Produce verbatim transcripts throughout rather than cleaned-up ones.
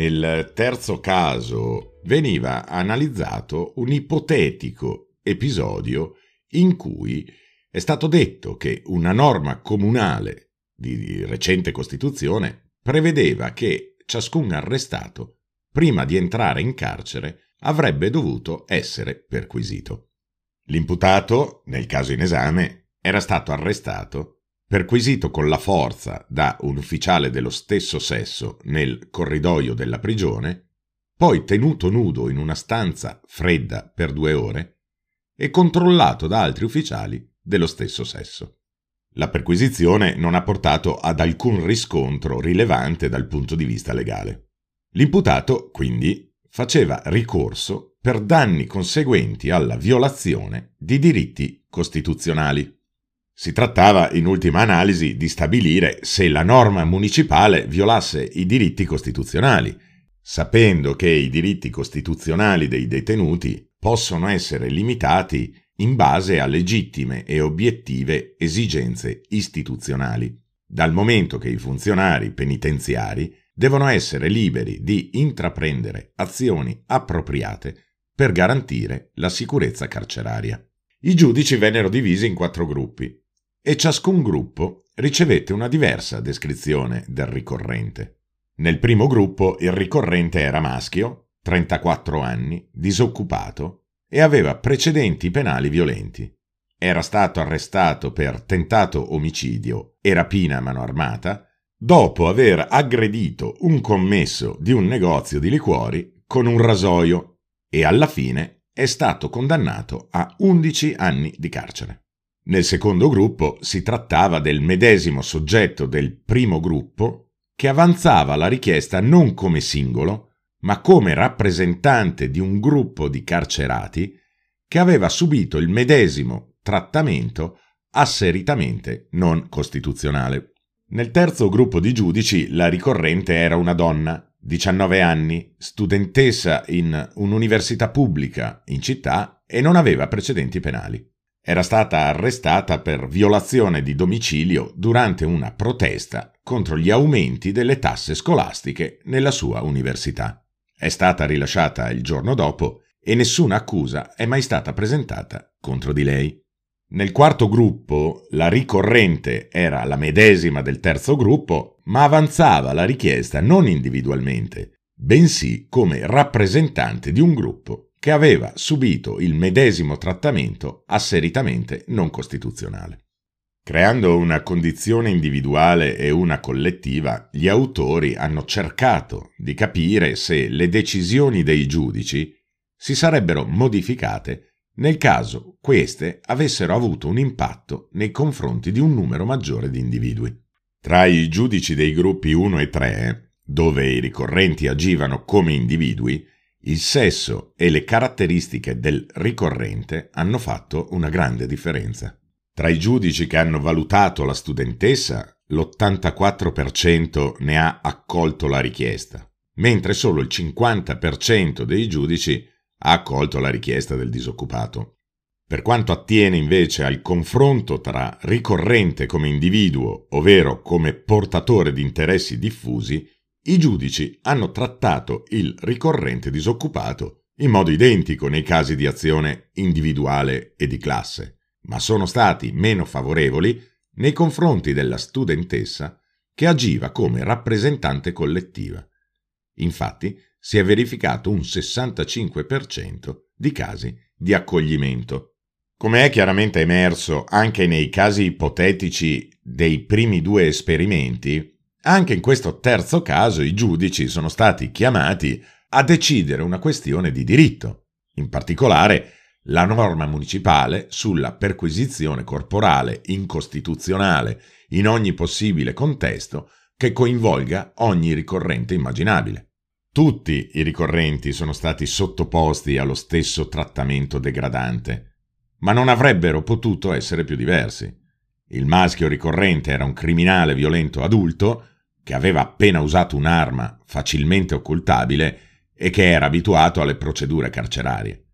Nel terzo caso veniva analizzato un ipotetico episodio in cui è stato detto che una norma comunale di recente Costituzione prevedeva che ciascun arrestato, prima di entrare in carcere, avrebbe dovuto essere perquisito. L'imputato, nel caso in esame, era stato arrestato, perquisito con la forza da un ufficiale dello stesso sesso nel corridoio della prigione, poi tenuto nudo in una stanza fredda per due ore e controllato da altri ufficiali dello stesso sesso. La perquisizione non ha portato ad alcun riscontro rilevante dal punto di vista legale. L'imputato, quindi, faceva ricorso per danni conseguenti alla violazione di diritti costituzionali. Si trattava, in ultima analisi, di stabilire se la norma municipale violasse i diritti costituzionali, sapendo che i diritti costituzionali dei detenuti possono essere limitati in base a legittime e obiettive esigenze istituzionali, dal momento che i funzionari penitenziari devono essere liberi di intraprendere azioni appropriate per garantire la sicurezza carceraria. I giudici vennero divisi in quattro gruppi e ciascun gruppo ricevette una diversa descrizione del ricorrente. Nel primo gruppo il ricorrente era maschio, trentaquattro anni, disoccupato e aveva precedenti penali violenti. Era stato arrestato per tentato omicidio e rapina a mano armata dopo aver aggredito un commesso di un negozio di liquori con un rasoio e alla fine è stato condannato a undici anni di carcere. Nel secondo gruppo si trattava del medesimo soggetto del primo gruppo che avanzava la richiesta non come singolo, ma come rappresentante di un gruppo di carcerati che aveva subito il medesimo trattamento asseritamente non costituzionale. Nel terzo gruppo di giudici la ricorrente era una donna, diciannove anni, studentessa in un'università pubblica in città e non aveva precedenti penali. Era stata arrestata per violazione di domicilio durante una protesta contro gli aumenti delle tasse scolastiche nella sua università. È stata rilasciata il giorno dopo e nessuna accusa è mai stata presentata contro di lei. Nel quarto gruppo la ricorrente era la medesima del terzo gruppo, ma avanzava la richiesta non individualmente, bensì come rappresentante di un gruppo che aveva subito il medesimo trattamento asseritamente non costituzionale. Creando una condizione individuale e una collettiva, gli autori hanno cercato di capire se le decisioni dei giudici si sarebbero modificate nel caso queste avessero avuto un impatto nei confronti di un numero maggiore di individui. Tra i giudici dei gruppi uno e tre, dove i ricorrenti agivano come individui, il sesso e le caratteristiche del ricorrente hanno fatto una grande differenza. Tra i giudici che hanno valutato la studentessa, l'ottantaquattro per cento ne ha accolto la richiesta, mentre solo il cinquanta per cento dei giudici ha accolto la richiesta del disoccupato. Per quanto attiene invece al confronto tra ricorrente come individuo, ovvero come portatore di interessi diffusi, i giudici hanno trattato il ricorrente disoccupato in modo identico nei casi di azione individuale e di classe, ma sono stati meno favorevoli nei confronti della studentessa che agiva come rappresentante collettiva. Infatti, si è verificato un sessantacinque per cento di casi di accoglimento. Come è chiaramente emerso anche nei casi ipotetici dei primi due esperimenti, anche in questo terzo caso i giudici sono stati chiamati a decidere una questione di diritto, in particolare la norma municipale sulla perquisizione corporale incostituzionale in ogni possibile contesto che coinvolga ogni ricorrente immaginabile. Tutti i ricorrenti sono stati sottoposti allo stesso trattamento degradante, ma non avrebbero potuto essere più diversi. Il maschio ricorrente era un criminale violento adulto che aveva appena usato un'arma facilmente occultabile e che era abituato alle procedure carcerarie.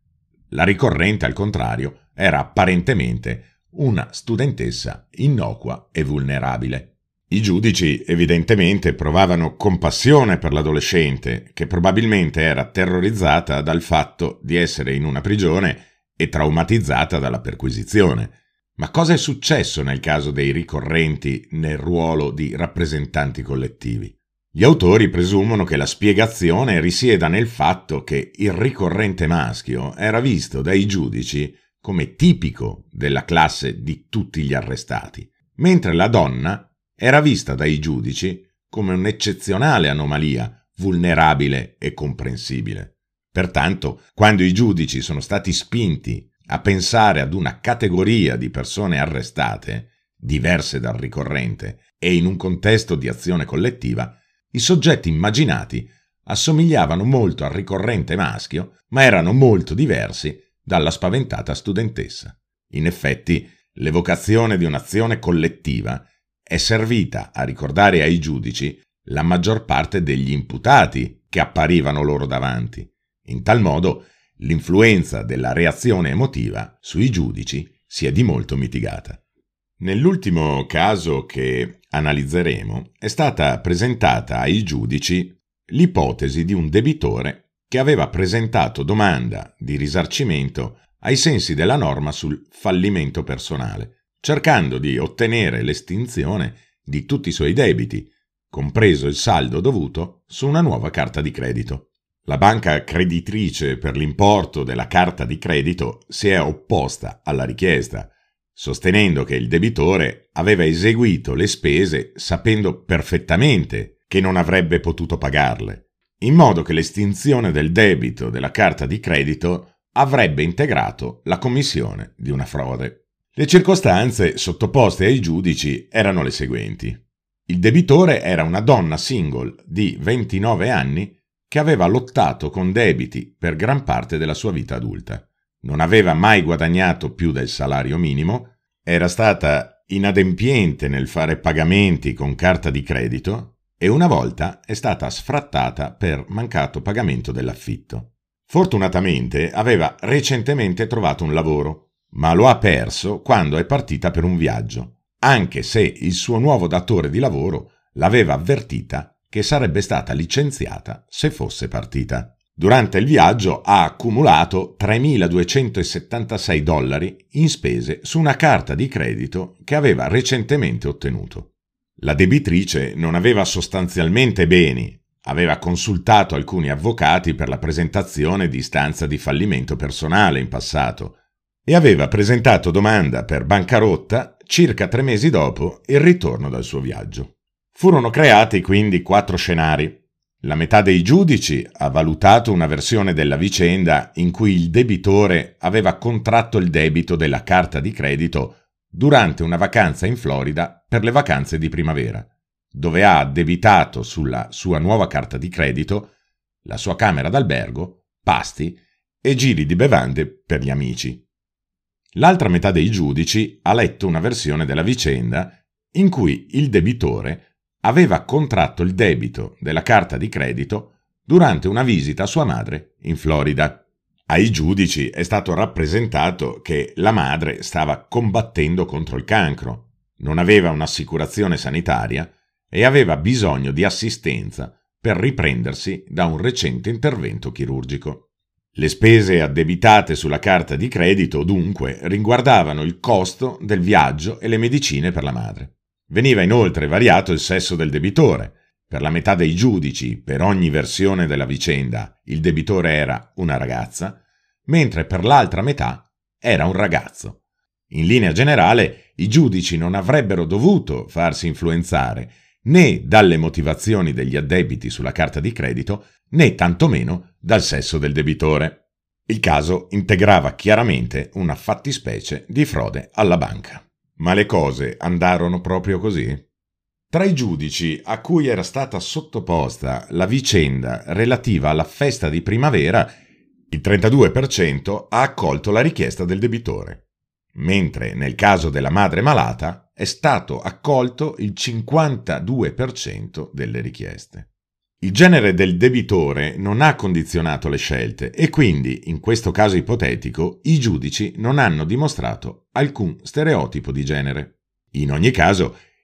La ricorrente, al contrario, era apparentemente una studentessa innocua e vulnerabile. I giudici evidentemente provavano compassione per l'adolescente, che probabilmente era terrorizzata dal fatto di essere in una prigione e traumatizzata dalla perquisizione. Ma cosa è successo nel caso dei ricorrenti nel ruolo di rappresentanti collettivi? Gli autori presumono che la spiegazione risieda nel fatto che il ricorrente maschio era visto dai giudici come tipico della classe di tutti gli arrestati, mentre la donna era vista dai giudici come un'eccezionale anomalia, vulnerabile e comprensibile. Pertanto, quando i giudici sono stati spinti a pensare ad una categoria di persone arrestate, diverse dal ricorrente e in un contesto di azione collettiva, i soggetti immaginati assomigliavano molto al ricorrente maschio, ma erano molto diversi dalla spaventata studentessa. In effetti, l'evocazione di un'azione collettiva è servita a ricordare ai giudici la maggior parte degli imputati che apparivano loro davanti. In tal modo, l'influenza della reazione emotiva sui giudici si è di molto mitigata. Nell'ultimo caso che analizzeremo è stata presentata ai giudici l'ipotesi di un debitore che aveva presentato domanda di risarcimento ai sensi della norma sul fallimento personale, cercando di ottenere l'estinzione di tutti i suoi debiti, compreso il saldo dovuto su una nuova carta di credito. La banca creditrice per l'importo della carta di credito si è opposta alla richiesta, sostenendo che il debitore aveva eseguito le spese sapendo perfettamente che non avrebbe potuto pagarle, in modo che l'estinzione del debito della carta di credito avrebbe integrato la commissione di una frode. Le circostanze sottoposte ai giudici erano le seguenti. Il debitore era una donna single di ventinove anni che aveva lottato con debiti per gran parte della sua vita adulta. Non aveva mai guadagnato più del salario minimo, era stata inadempiente nel fare pagamenti con carta di credito e una volta è stata sfrattata per mancato pagamento dell'affitto. Fortunatamente aveva recentemente trovato un lavoro, ma lo ha perso quando è partita per un viaggio, anche se il suo nuovo datore di lavoro l'aveva avvertita che sarebbe stata licenziata se fosse partita. Durante il viaggio ha accumulato tremiladuecentosettantasei dollari in spese su una carta di credito che aveva recentemente ottenuto. La debitrice non aveva sostanzialmente beni, aveva consultato alcuni avvocati per la presentazione di istanza di fallimento personale in passato e aveva presentato domanda per bancarotta circa tre mesi dopo il ritorno dal suo viaggio. Furono creati quindi quattro scenari. La metà dei giudici ha valutato una versione della vicenda in cui il debitore aveva contratto il debito della carta di credito durante una vacanza in Florida per le vacanze di primavera, dove ha addebitato sulla sua nuova carta di credito la sua camera d'albergo, pasti e giri di bevande per gli amici. L'altra metà dei giudici ha letto una versione della vicenda in cui il debitore aveva contratto il debito della carta di credito durante una visita a sua madre in Florida. Ai giudici è stato rappresentato che la madre stava combattendo contro il cancro, non aveva un'assicurazione sanitaria e aveva bisogno di assistenza per riprendersi da un recente intervento chirurgico. Le spese addebitate sulla carta di credito, dunque, riguardavano il costo del viaggio e le medicine per la madre. Veniva inoltre variato il sesso del debitore. Per la metà dei giudici, per ogni versione della vicenda, il debitore era una ragazza, mentre per l'altra metà era un ragazzo. In linea generale, i giudici non avrebbero dovuto farsi influenzare né dalle motivazioni degli addebiti sulla carta di credito, né tantomeno dal sesso del debitore. Il caso integrava chiaramente una fattispecie di frode alla banca. Ma le cose andarono proprio così? Tra i giudici a cui era stata sottoposta la vicenda relativa alla festa di primavera, il trentadue per cento ha accolto la richiesta del debitore, mentre nel caso della madre malata è stato accolto il cinquantadue per cento delle richieste. Il genere del debitore non ha condizionato le scelte e quindi, in questo caso ipotetico, i giudici non hanno dimostrato alcun stereotipo di genere. In ogni caso,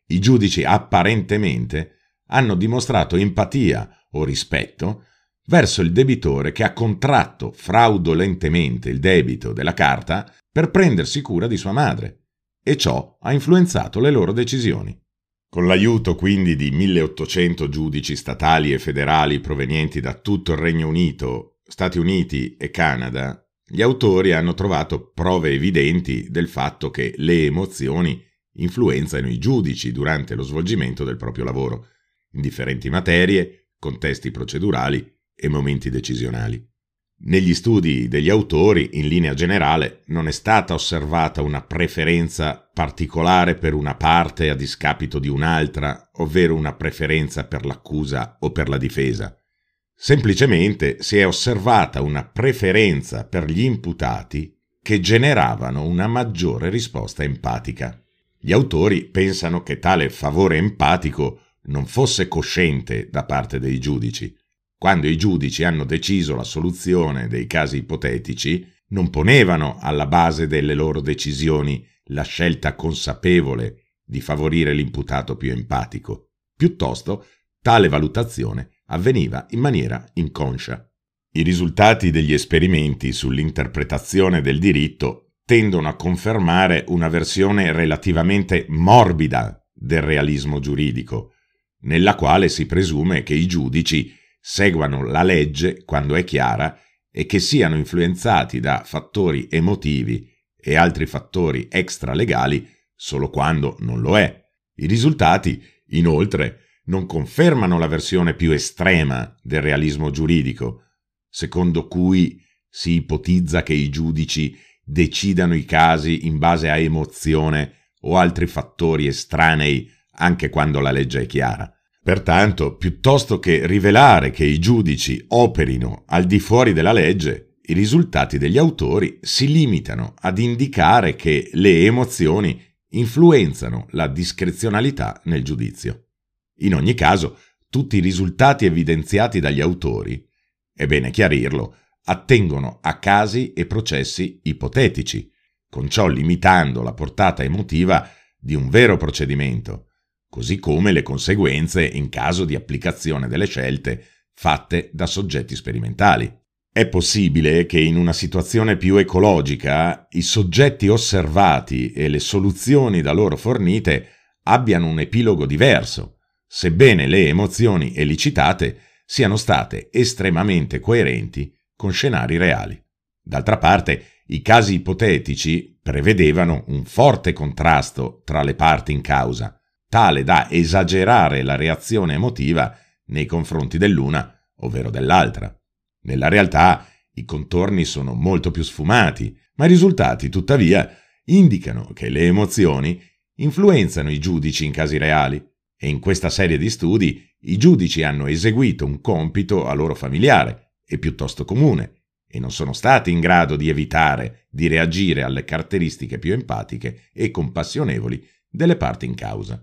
I giudici apparentemente hanno dimostrato empatia o rispetto verso il debitore che ha contratto fraudolentemente il debito della carta per prendersi cura di sua madre, e ciò ha influenzato le loro decisioni. Con l'aiuto quindi di milleottocento giudici statali e federali provenienti da tutto il Regno Unito, Stati Uniti e Canada, gli autori hanno trovato prove evidenti del fatto che le emozioni influenzano i giudici durante lo svolgimento del proprio lavoro, in differenti materie, contesti procedurali e momenti decisionali. Negli studi degli autori, in linea generale, non è stata osservata una preferenza particolare per una parte a discapito di un'altra, ovvero una preferenza per l'accusa o per la difesa. Semplicemente si è osservata una preferenza per gli imputati che generavano una maggiore risposta empatica. Gli autori pensano che tale favore empatico non fosse cosciente da parte dei giudici. Quando i giudici hanno deciso la soluzione dei casi ipotetici, non ponevano alla base delle loro decisioni la scelta consapevole di favorire l'imputato più empatico. Piuttosto, tale valutazione avveniva in maniera inconscia. I risultati degli esperimenti sull'interpretazione del diritto tendono a confermare una versione relativamente morbida del realismo giuridico, nella quale si presume che i giudici seguano la legge quando è chiara e che siano influenzati da fattori emotivi e altri fattori extralegali solo quando non lo è. I risultati, inoltre, non confermano la versione più estrema del realismo giuridico, secondo cui si ipotizza che i giudici decidano i casi in base a emozione o altri fattori estranei anche quando la legge è chiara. Pertanto, piuttosto che rivelare che i giudici operino al di fuori della legge, i risultati degli autori si limitano ad indicare che le emozioni influenzano la discrezionalità nel giudizio. In ogni caso, tutti i risultati evidenziati dagli autori, è bene chiarirlo, attengono a casi e processi ipotetici, con ciò limitando la portata emotiva di un vero procedimento, così come le conseguenze in caso di applicazione delle scelte fatte da soggetti sperimentali. È possibile che in una situazione più ecologica i soggetti osservati e le soluzioni da loro fornite abbiano un epilogo diverso, sebbene le emozioni elicitate siano state estremamente coerenti con scenari reali. D'altra parte, i casi ipotetici prevedevano un forte contrasto tra le parti in causa, tale da esagerare la reazione emotiva nei confronti dell'una, ovvero dell'altra. Nella realtà i contorni sono molto più sfumati, ma i risultati, tuttavia, indicano che le emozioni influenzano i giudici in casi reali, e in questa serie di studi i giudici hanno eseguito un compito a loro familiare e piuttosto comune, e non sono stati in grado di evitare di reagire alle caratteristiche più empatiche e compassionevoli delle parti in causa.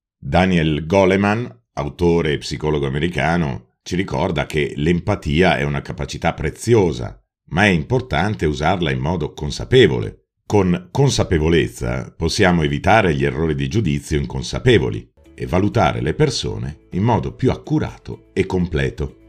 Daniel Goleman, autore e psicologo americano, ci ricorda che l'empatia è una capacità preziosa, ma è importante usarla in modo consapevole. Con consapevolezza possiamo evitare gli errori di giudizio inconsapevoli e valutare le persone in modo più accurato e completo.